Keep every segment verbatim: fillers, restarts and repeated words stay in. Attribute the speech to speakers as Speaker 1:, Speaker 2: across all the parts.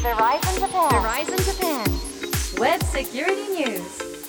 Speaker 1: Verizon Japan. Verizon Japan. Web Security News.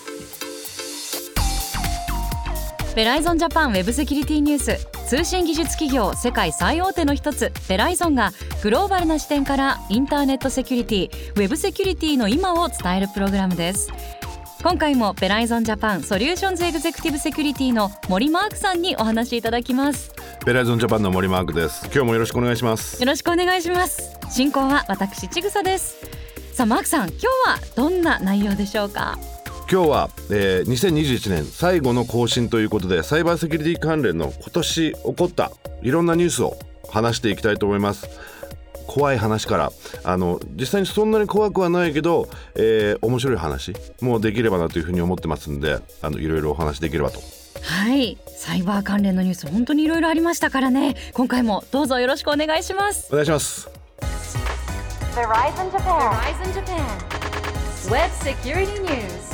Speaker 2: ベライゾンジャパンウェブセキュリティニュース。通信技術企業世界最大手の一つベライゾンがグローバルな視点からインターネットセキュリティ、ウェブセキュリティの今を伝えるプログラムです。今回もベライゾンジャパンソリューションズエグゼクティブセキュリティの森マークさんにお話しいただきます。
Speaker 3: ベライゾンジャパンの森マークです。今日もよろしくお願いします。
Speaker 2: よろしくお願いします。進行は私ちぐさです。さあマークさん、今日はどんな内容でしょうか？
Speaker 3: 今日は、えー、にせんにじゅういちねん最後の更新ということで、サイバーセキュリティ関連の今年起こったいろんなニュースを話していきたいと思います。怖い話からあの実際にそんなに怖くはないけど、えー、面白い話もできればなというふうに思ってますんで、あのいろいろお話できればと。
Speaker 2: はい、サイバー関連のニュース本当にいろいろありましたからね。今回もどうぞよろしくお願いします。
Speaker 3: お願いします。
Speaker 1: Verizon Japan. Verizon Japan. Web Security News.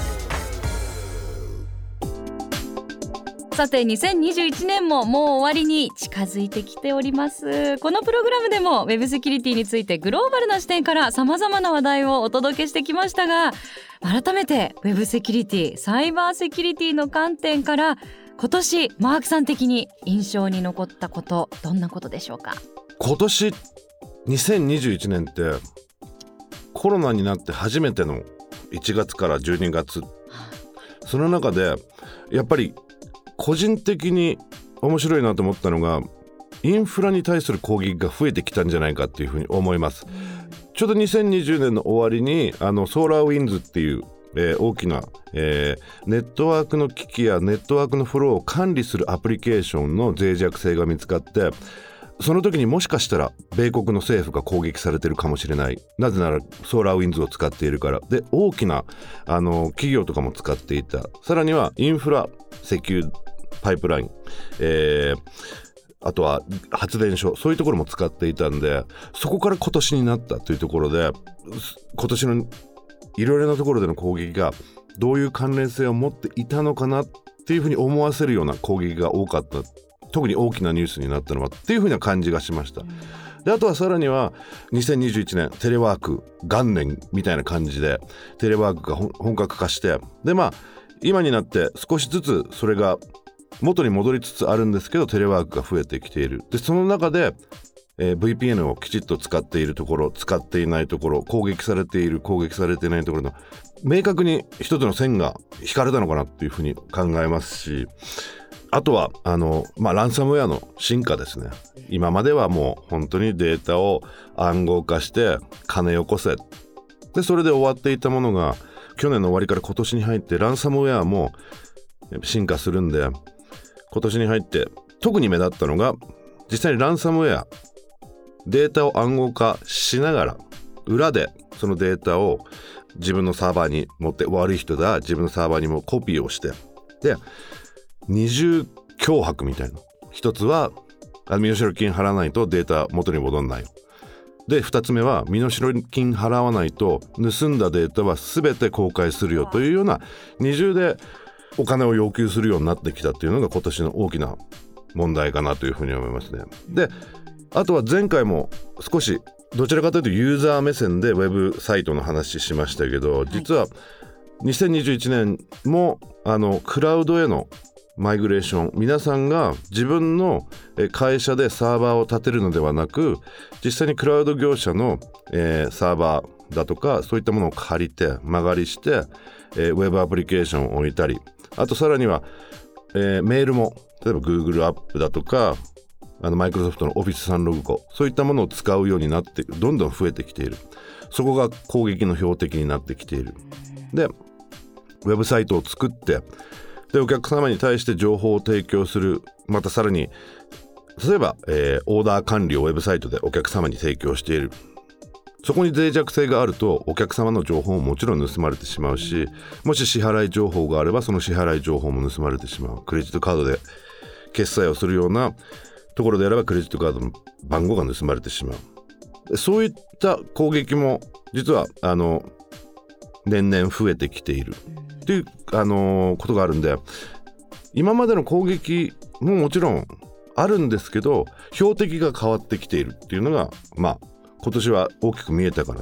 Speaker 2: さてにせんにじゅういちねんももう終わりに近づいてきております。このプログラムでもウェブセキュリティについてグローバルな視点から様々な話題をお届けしてきましたが、改めてウェブセキュリティ、サイバーセキュリティの観点から今年マークさん的に印象に残ったこと、どんなことでしょうか？
Speaker 3: 今年にせんにじゅういちねんってコロナになって初めてのいちがつからじゅうにがつ、その中でやっぱり個人的に面白いなと思ったのが、インフラに対する攻撃が増えてきたんじゃないかっていうふうに思います。ちょうどにせんにじゅうねんの終わりにあのソーラーウィンズっていう、えー、大きな、えー、ネットワークの機器やネットワークのフローを管理するアプリケーションの脆弱性が見つかって、その時にもしかしたら米国の政府が攻撃されてるかもしれない。なぜならソーラーウィンズを使っているからで、大きなあの企業とかも使っていた。さらにはインフラ、石油パイプライン、えー、あとは発電所、そういうところも使っていたんで、そこから今年になったというところで、今年のいろいろなところでの攻撃がどういう関連性を持っていたのかなっていうふうに思わせるような攻撃が多かった。特に大きなニュースになったのはっていうふうな感じがしました。で、あとはさらにはにせんにじゅういちねんテレワーク元年みたいな感じでテレワークが本格化して、でまあ今になって少しずつそれが元に戻りつつあるんですけど、テレワークが増えてきている。でその中で、えー、ブイピーエヌ をきちっと使っているところ、使っていないところ、攻撃されている、攻撃されていないところの明確に一つの線が引かれたのかなっていうふうに考えますし、あとはあの、まあ、ランサムウェアの進化ですね。今まではもう本当にデータを暗号化して金よこせで、それで終わっていたものが去年の終わりから今年に入ってランサムウェアも進化するんで、今年に入って特に目立ったのが、実際にランサムウェアデータを暗号化しながら裏でそのデータを自分のサーバーに持って、悪い人だ自分のサーバーにもコピーをして、で二重脅迫みたいな、一つは身代金払わないとデータ元に戻んない。で二つ目は身代金払わないと盗んだデータは全て公開するよというような二重でお金を要求するようになってきたっていうのが今年の大きな問題かなというふうに思いますね。であとは前回も少しどちらかというとユーザー目線でウェブサイトの話しましたけど、実はにせんにじゅういちねんもあのクラウドへのマイグレーション、皆さんが自分の会社でサーバーを立てるのではなく、実際にクラウド業者の、えー、サーバーだとかそういったものを借りて間借りして、えー、ウェブアプリケーションを置いたり、あとさらには、えー、メールも例えば Google アップだとかあのマイクロソフトの オフィスさんろくご、そういったものを使うようになってどんどん増えてきている。そこが攻撃の標的になってきている。でウェブサイトを作ってでお客様に対して情報を提供する。またさらに例えば、えー、オーダー管理をウェブサイトでお客様に提供している。そこに脆弱性があるとお客様の情報ももちろん盗まれてしまうし、もし支払い情報があればその支払い情報も盗まれてしまう。クレジットカードで決済をするようなところであればクレジットカードの番号が盗まれてしまう。そういった攻撃も実はあの年々増えてきているという、あのー、ことがあるんで、今までの攻撃ももちろんあるんですけど標的が変わってきているっていうのが、まあ今年は大きく見えたかなと。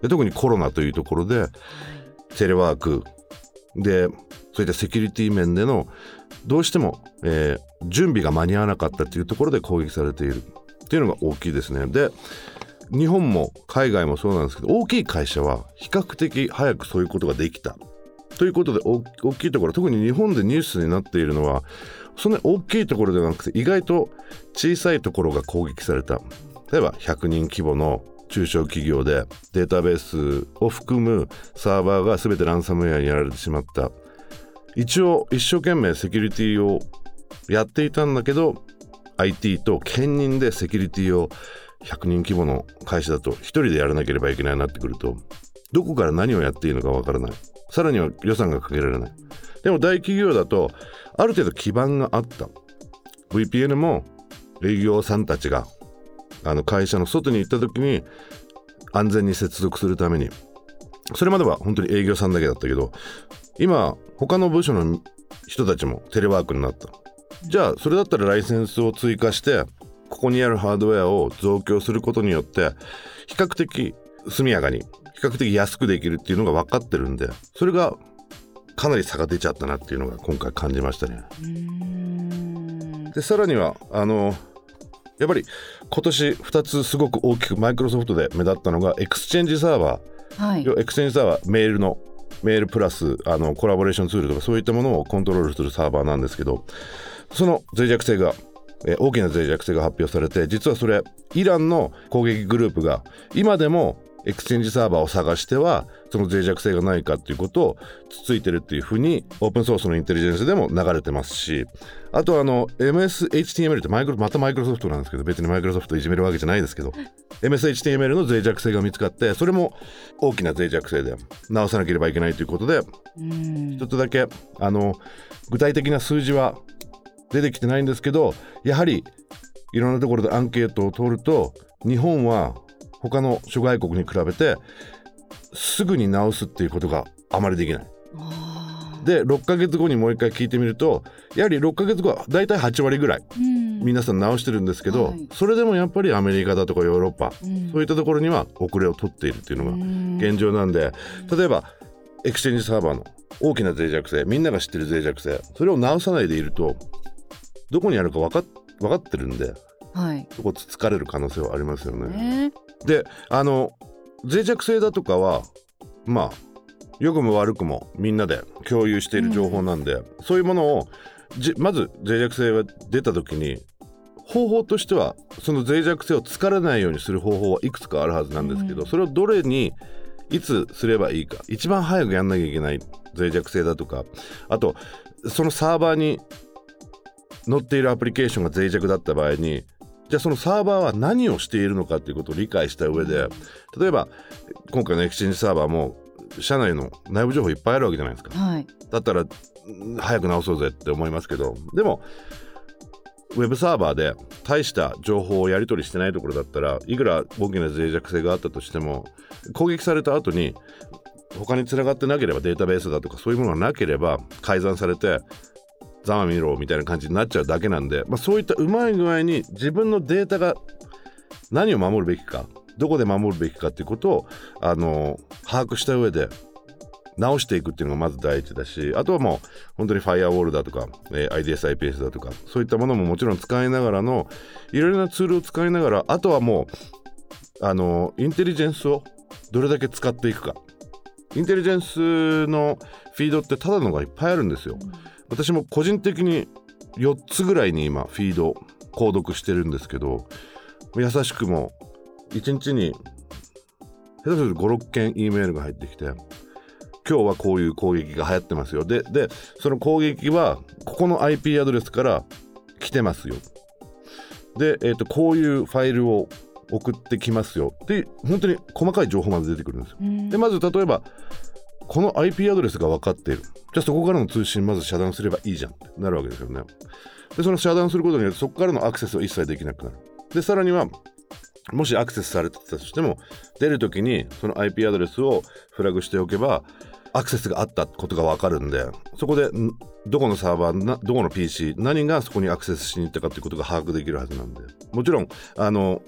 Speaker 3: で特にコロナというところでテレワークでそういったセキュリティ面でのどうしても、えー、準備が間に合わなかったというところで攻撃されているっていうのが大きいですね。で日本も海外もそうなんですけど、大きい会社は比較的早くそういうことができたということで、大きいところ、特に日本でニュースになっているのはそんな大きいところではなくて意外と小さいところが攻撃された。例えばひゃくにん規模の中小企業でデータベースを含むサーバーが全てランサムウェアにやられてしまった。一応一生懸命セキュリティをやっていたんだけど アイティー と兼任でセキュリティをひゃくにん規模の会社だと一人でやらなければいけないなってくると、どこから何をやっていいのかわからない。さらには予算がかけられない。でも大企業だとある程度基盤があった。 ブイピーエヌ も営業さんたちがあの会社の外に行った時に安全に接続するために、それまでは本当に営業さんだけだったけど、今他の部署の人たちもテレワークになった。じゃあそれだったらライセンスを追加してここにあるハードウェアを増強することによって比較的速やかに比較的安くできるっていうのが分かってるんで、それがかなり差が出ちゃったなっていうのが今回感じましたね。うーんでさらにはあのやっぱり今年ふたつすごく大きくマイクロソフトで目立ったのがエクスチェンジサーバー、はい、エクスチェンジサーバーメールのメールプラスあのコラボレーションツールとかそういったものをコントロールするサーバーなんですけど、その脆弱性がえ大きな脆弱性が発表されて、実はそれイランの攻撃グループが今でもエクスチェンジサーバーを探してはその脆弱性がないかっていうことをつついてるっていうふうにオープンソースのインテリジェンスでも流れてますし、あとあの エムエスエイチティーエムエル ってマイクロまたマイクロソフトなんですけど、別にマイクロソフトいじめるわけじゃないですけどエムエスエイチティーエムエル の脆弱性が見つかって、それも大きな脆弱性で直さなければいけないということで、一つだけあの具体的な数字は出てきてないんですけど、やはりいろんなところでアンケートを取ると日本は他の諸外国に比べてすぐに直すっていうことがあまりできない。でろっかげつごにもう一回聞いてみると、やはりろっかげつごはだいたいはちわりぐらい皆さん直してるんですけど、はい、それでもやっぱりアメリカだとかヨーロッパ、うん、そういったところには遅れを取っているっていうのが現状なんで、例えばエクスチェンジサーバーの大きな脆弱性、みんなが知ってる脆弱性、それを直さないでいるとどこにあるか分か、分かってるんで、はい、そこつつかれる可能性はありますよね。であの脆弱性だとかはまあ良くも悪くもみんなで共有している情報なんで、うん、そういうものをじまず脆弱性が出た時に方法としてはその脆弱性をつからないようにする方法はいくつかあるはずなんですけど、うん、それをどれにいつすればいいか、一番早くやんなきゃいけない脆弱性だとか、あとそのサーバーに載っているアプリケーションが脆弱だった場合に、じゃあそのサーバーは何をしているのかということを理解した上で、例えば今回のエクスチェンジサーバーも社内の内部情報いっぱいあるわけじゃないですか、はい、だったら早く直そうぜって思いますけど、でもウェブサーバーで大した情報をやり取りしてないところだったら、いくら大きな脆弱性があったとしても攻撃された後に他に繋がってなければ、データベースだとかそういうものがなければ改ざんされてざまみろみたいな感じになっちゃうだけなんで、まあ、そういったうまい具合に自分のデータが何を守るべきか、どこで守るべきかっていうことをあの把握した上で直していくっていうのがまず第一だし、あとはもう本当にファイアウォールだとか、えー、アイディーエス アイピーエス だとかそういったものももちろん使いながらのいろいろなツールを使いながら、あとはもうあのインテリジェンスをどれだけ使っていくか。インテリジェンスのフィードってただのがいっぱいあるんですよ。私も個人的によっつぐらいに今フィード購読してるんですけど、優しくもいちにちに下手するとごろっけん E メールが入ってきて、今日はこういう攻撃が流行ってますよ、で、でその攻撃はここの アイピー アドレスから来てますよ、で、えーと、こういうファイルを送ってきますよって本当に細かい情報まで出てくるんですよ。でまず例えばこの アイピー アドレスが分かっている、じゃあそこからの通信まず遮断すればいいじゃんってなるわけですよね。でその遮断することによってそこからのアクセスを一切できなくなる。でさらにはもしアクセスされてたとしても出るときにその アイピー アドレスをフラグしておけばアクセスがあったことが分かるんで、そこでどこのサーバーなどこの ピーシー 何がそこにアクセスしに行ったかということが把握できるはずなんで、もちろんあの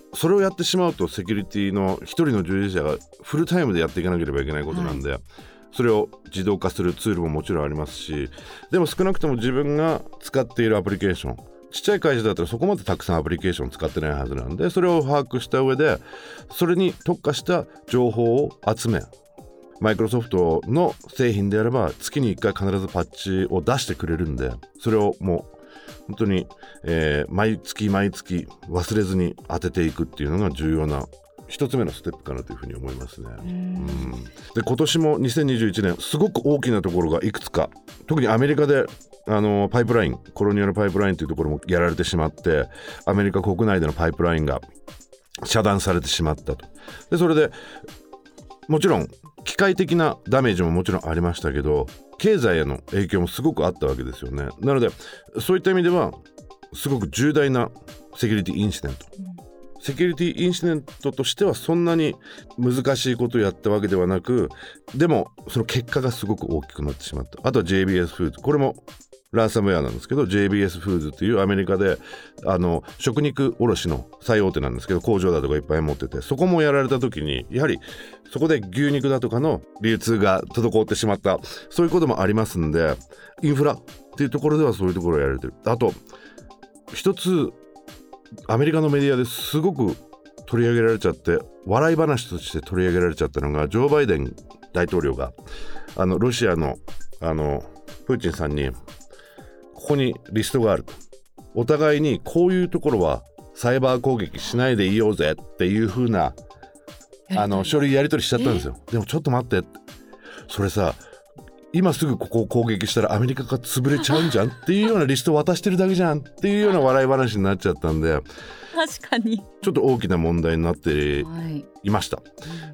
Speaker 3: それをやってしまうとセキュリティの一人の従事者がフルタイムでやっていかなければいけないことなんで、はい、それを自動化するツールももちろんありますし、でも少なくとも自分が使っているアプリケーション、ちっちゃい会社だったらそこまでたくさんアプリケーション使ってないはずなんで、それを把握した上でそれに特化した情報を集め、マイクロソフトの製品であれば月にいっかい必ずパッチを出してくれるんで、それをもう本当に、えー、毎月毎月忘れずに当てていくっていうのが重要な一つ目のステップかなというふうに思いますね。うん、で今年もにせんにじゅういちねんすごく大きなところがいくつか、特にアメリカであのパイプライン、コロニアルパイプラインというところもやられてしまって、アメリカ国内でのパイプラインが遮断されてしまったと。でそれでもちろん機械的なダメージももちろんありましたけど、経済への影響もすごくあったわけですよね。なのでそういった意味ではすごく重大なセキュリティインシデント、うん、セキュリティインシデントとしてはそんなに難しいことをやったわけではなく、でもその結果がすごく大きくなってしまった。あとは ジェイビーエス フーズ、これもランサムウェアなんですけど、 ジェイビーエス フーズというアメリカであの食肉卸の最大手なんですけど、工場だとかいっぱい持ってて、そこもやられた時にやはりそこで牛肉だとかの流通が滞ってしまった、そういうこともありますんで、インフラっていうところではそういうところをやられてる。あと一つアメリカのメディアですごく取り上げられちゃって、笑い話として取り上げられちゃったのが、ジョー・バイデン大統領があのロシアのあのプーチンさんにここにリストがあると、お互いにこういうところはサイバー攻撃しないでいようぜっていう風なあの書類やり取りしちゃったんですよ。でもちょっと待って、それさ今すぐここを攻撃したらアメリカが潰れちゃうんじゃんっていうようなリストを渡してるだけじゃんっていうような笑い話になっちゃったんで、
Speaker 2: 確かに
Speaker 3: ちょっと大きな問題になっていました、はい、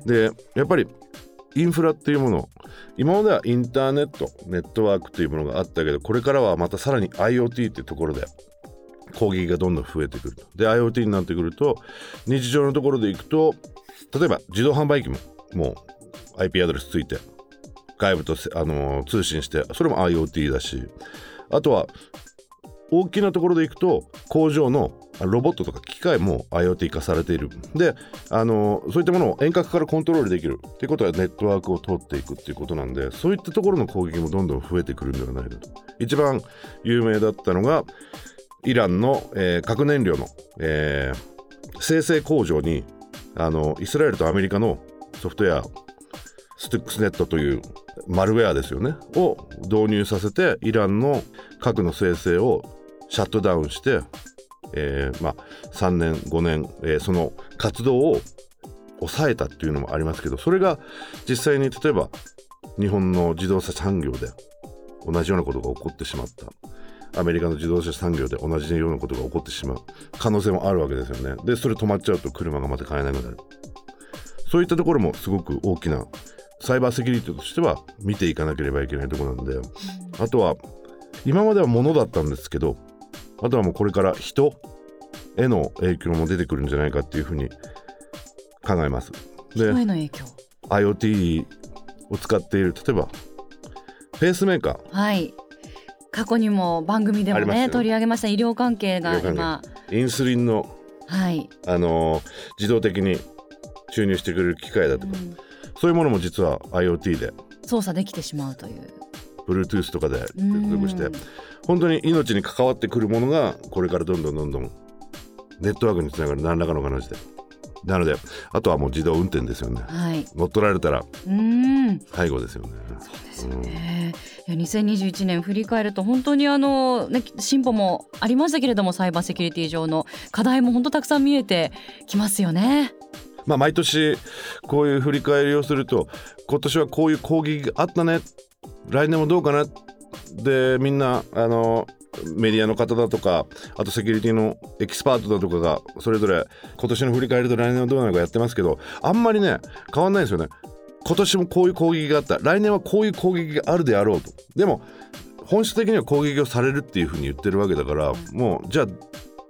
Speaker 3: でやっぱりインフラっていうもの、今まではインターネットネットワークというものがあったけど、これからはまたさらに IoT っていうところで攻撃がどんどん増えてくると。で IoT になってくると日常のところでいくと、例えば自動販売機ももう アイピー アドレスついて外部と、あのー、通信して、それも IoT だし、あとは大きなところでいくと工場のロボットとか機械も IoT 化されている。で、あのー、そういったものを遠隔からコントロールできるっていうことはネットワークを通っていくっていうことなんで、そういったところの攻撃もどんどん増えてくるんではないかと。一番有名だったのがイランの、えー、核燃料の、えー、生成工場にあのイスラエルとアメリカのソフトウェアスティックスネットというマルウェアですよねを導入させて、イランの核の生成をシャットダウンして、えーまあ、さんねんごねん、えー、その活動を抑えたっていうのもありますけど、それが実際に例えば日本の自動車産業で同じようなことが起こってしまった、アメリカの自動車産業で同じようなことが起こってしまう可能性もあるわけですよね。でそれ止まっちゃうと車がまた買えなくなる。そういったところもすごく大きなサイバーセキュリティとしては見ていかなければいけないところなんで、うん、あとは今までは物だったんですけど、あとはもうこれから人への影響も出てくるんじゃないかっていうふうに考えます。で、
Speaker 2: 人への影響、
Speaker 3: IoT を使っている、例えばペースメーカー、
Speaker 2: はい、過去にも番組でも ね, ね取り上げました。医療関係が今
Speaker 3: インスリンの、
Speaker 2: はい
Speaker 3: あのー、自動的に注入してくれる機械だとか、うん、そういうものも実は IoT で
Speaker 2: 操作できてしまうという、
Speaker 3: Bluetooth とかで接続して本当に命に関わってくるものがこれからどんどんどんどんネットワークにつながる何らかの形で。なのであとはもう自動運転ですよね、はい、乗っ取られたら背後ですよね。
Speaker 2: そうですよね、うん、いやにせんにじゅういちねん振り返ると本当にあの、ね、進歩もありましたけれども、サイバーセキュリティ上の課題も本当たくさん見えてきますよね。
Speaker 3: まあ、毎年こういう振り返りをすると、今年はこういう攻撃があったね、来年もどうかなで、みんなあのメディアの方だとか、あとセキュリティのエキスパートだとかがそれぞれ今年の振り返りと来年はどうなのかやってますけど、あんまりね変わんないですよね。今年もこういう攻撃があった、来年はこういう攻撃があるであろうと。でも本質的には攻撃をされるっていうふうに言ってるわけだから、もうじゃあ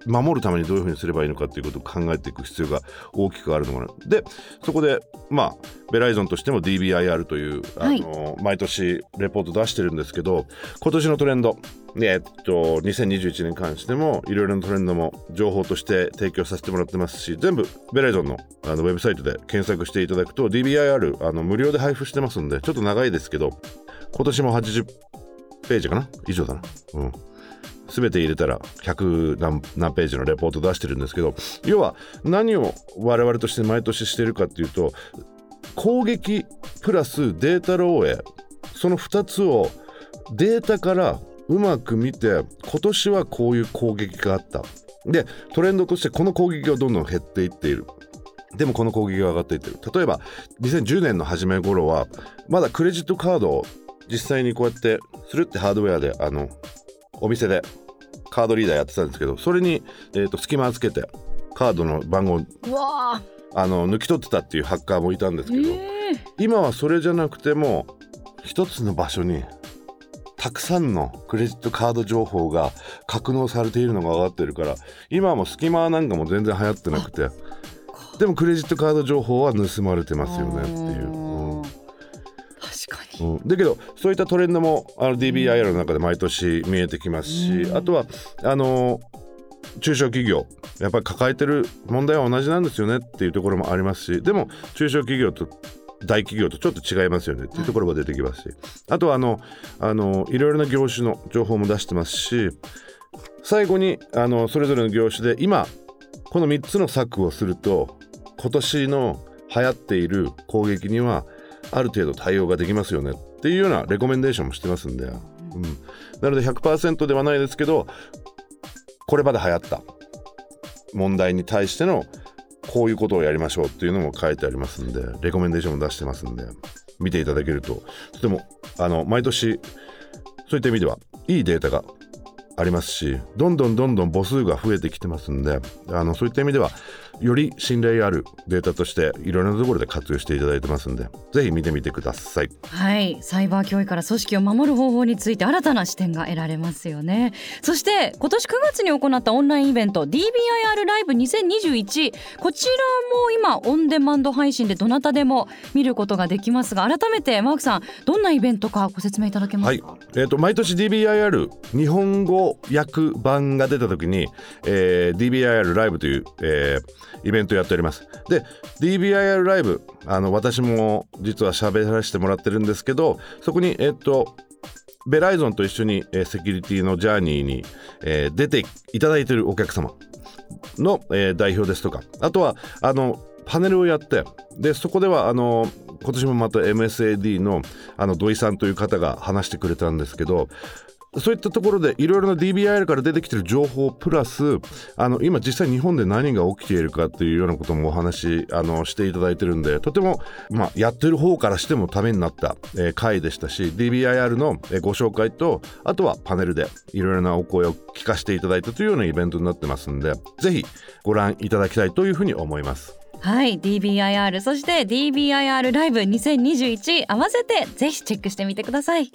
Speaker 3: 守るためにどういうふうにすればいいのかっていうことを考えていく必要が大きくあるのかな。でそこでまあベライゾンとしても ディービーアイアール というあの、はい、毎年レポート出してるんですけど、今年のトレンドで、えっと、にせんにじゅういちねんに関してもいろいろなトレンドも情報として提供させてもらってますし、全部ベライゾンの、あのウェブサイトで検索していただくと ディービーアイアール あの無料で配布してますんで、ちょっと長いですけど今年もはちじゅっページかな以上だな、うん全て入れたらひゃく何、何ページのレポート出してるんですけど、要は何を我々として毎年してるかっていうと、攻撃プラスデータ漏洩、そのふたつをデータからうまく見て、今年はこういう攻撃があった、でトレンドとしてこの攻撃はどんどん減っていっている、でもこの攻撃が上がっていってる。例えばにせんじゅうねんの初め頃はまだクレジットカードを実際にこうやってするってハードウェアであのお店でカードリーダーやってたんですけど、それに、えーと、隙間をつけてカードの番号をあの抜き取ってたっていうハッカーもいたんですけど、えー、今はそれじゃなくても一つの場所にたくさんのクレジットカード情報が格納されているのが分かってるから、今はもう隙間なんかも全然流行ってなくて、でもクレジットカード情報は盗まれてますよねっていう、うん、
Speaker 2: 確かに、
Speaker 3: うん、だけどそういったトレンドもあの ディービーアイアール の中で毎年見えてきますし、うん、あとはあの中小企業やっぱり抱えてる問題は同じなんですよねっていうところもありますし、でも中小企業と大企業とちょっと違いますよねっていうところが出てきますし、あとはあのあのいろいろな業種の情報も出してますし、最後にあのそれぞれの業種で今このみっつの策をすると今年の流行っている攻撃にはある程度対応ができますよねっていうようなレコメンデーションもしてますんで、うん、なので ひゃくパーセント ではないですけど、これまで流行った問題に対してのこういうことをやりましょうっていうのも書いてありますんで、レコメンデーションも出してますんで、見ていただけるととてもあの毎年そういった意味ではいいデータがありますし、どんどんどんどん母数が増えてきてますんで、あのそういった意味ではより信頼あるデータとしていろいろなところで活用していただいてますんで、ぜひ見てみてください。
Speaker 2: はい、サイバー脅威から組織を守る方法について新たな視点が得られますよね。そして今年くがつに行ったオンラインイベント ディービーアイアール ライブにせんにじゅういち、こちらも今オンデマンド配信でどなたでも見ることができますが、改めてマークさん、どんなイベントかご説明いただけますか？
Speaker 3: はい、えーと、毎年 ディービーアイアール 日本語訳版が出た時に、えー、ディービーアイアール ライブという、えー、イベントをやっております。で ディービーアイアール ライブ、あの私も実は喋らせてもらってるんですけど、そこにえっ、ー、とベライゾンと一緒に、えー、セキュリティのジャーニーに、えー、出ていただいているお客様の、えー、代表ですとか、あとはあのパネルをやって、でそこではあの今年もまた エムエスエーディー の, あの土井さんという方が話してくれたんですけど、そういったところでいろいろな ディービーアイアール から出てきている情報プラス、あの今実際日本で何が起きているかっていうようなこともお話あのしていただいてるんで、とても、まあ、やってる方からしてもためになった、えー、回でしたし、 ディービーアイアール の、えー、ご紹介と、あとはパネルでいろいろなお声を聞かせていただいたというようなイベントになってますんで、ぜひご覧いただきたいというふうに思います。
Speaker 2: はい、 ディービーアイアール そして ディービーアイアール ライブにせんにじゅういち合わせてぜひチェックしてみてください。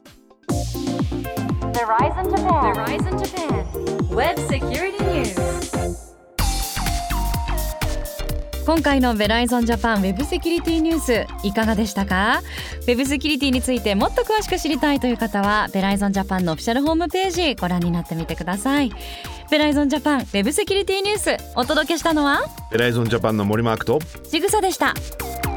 Speaker 1: Verizon Japan. Verizon Japan. Web Security News.
Speaker 2: 今回のベライゾンジャパン Web セキュリティニュースいかがでしたか？ Web セキュリティについてもっと詳しく知りたいという方はベライゾンジャパンのオフィシャルホームページご覧になってみてください。ベライゾンジャパン Web セキュリティニュース、お届けしたのは
Speaker 3: ベライゾンジャパンの森マークと
Speaker 2: ちぐさでした。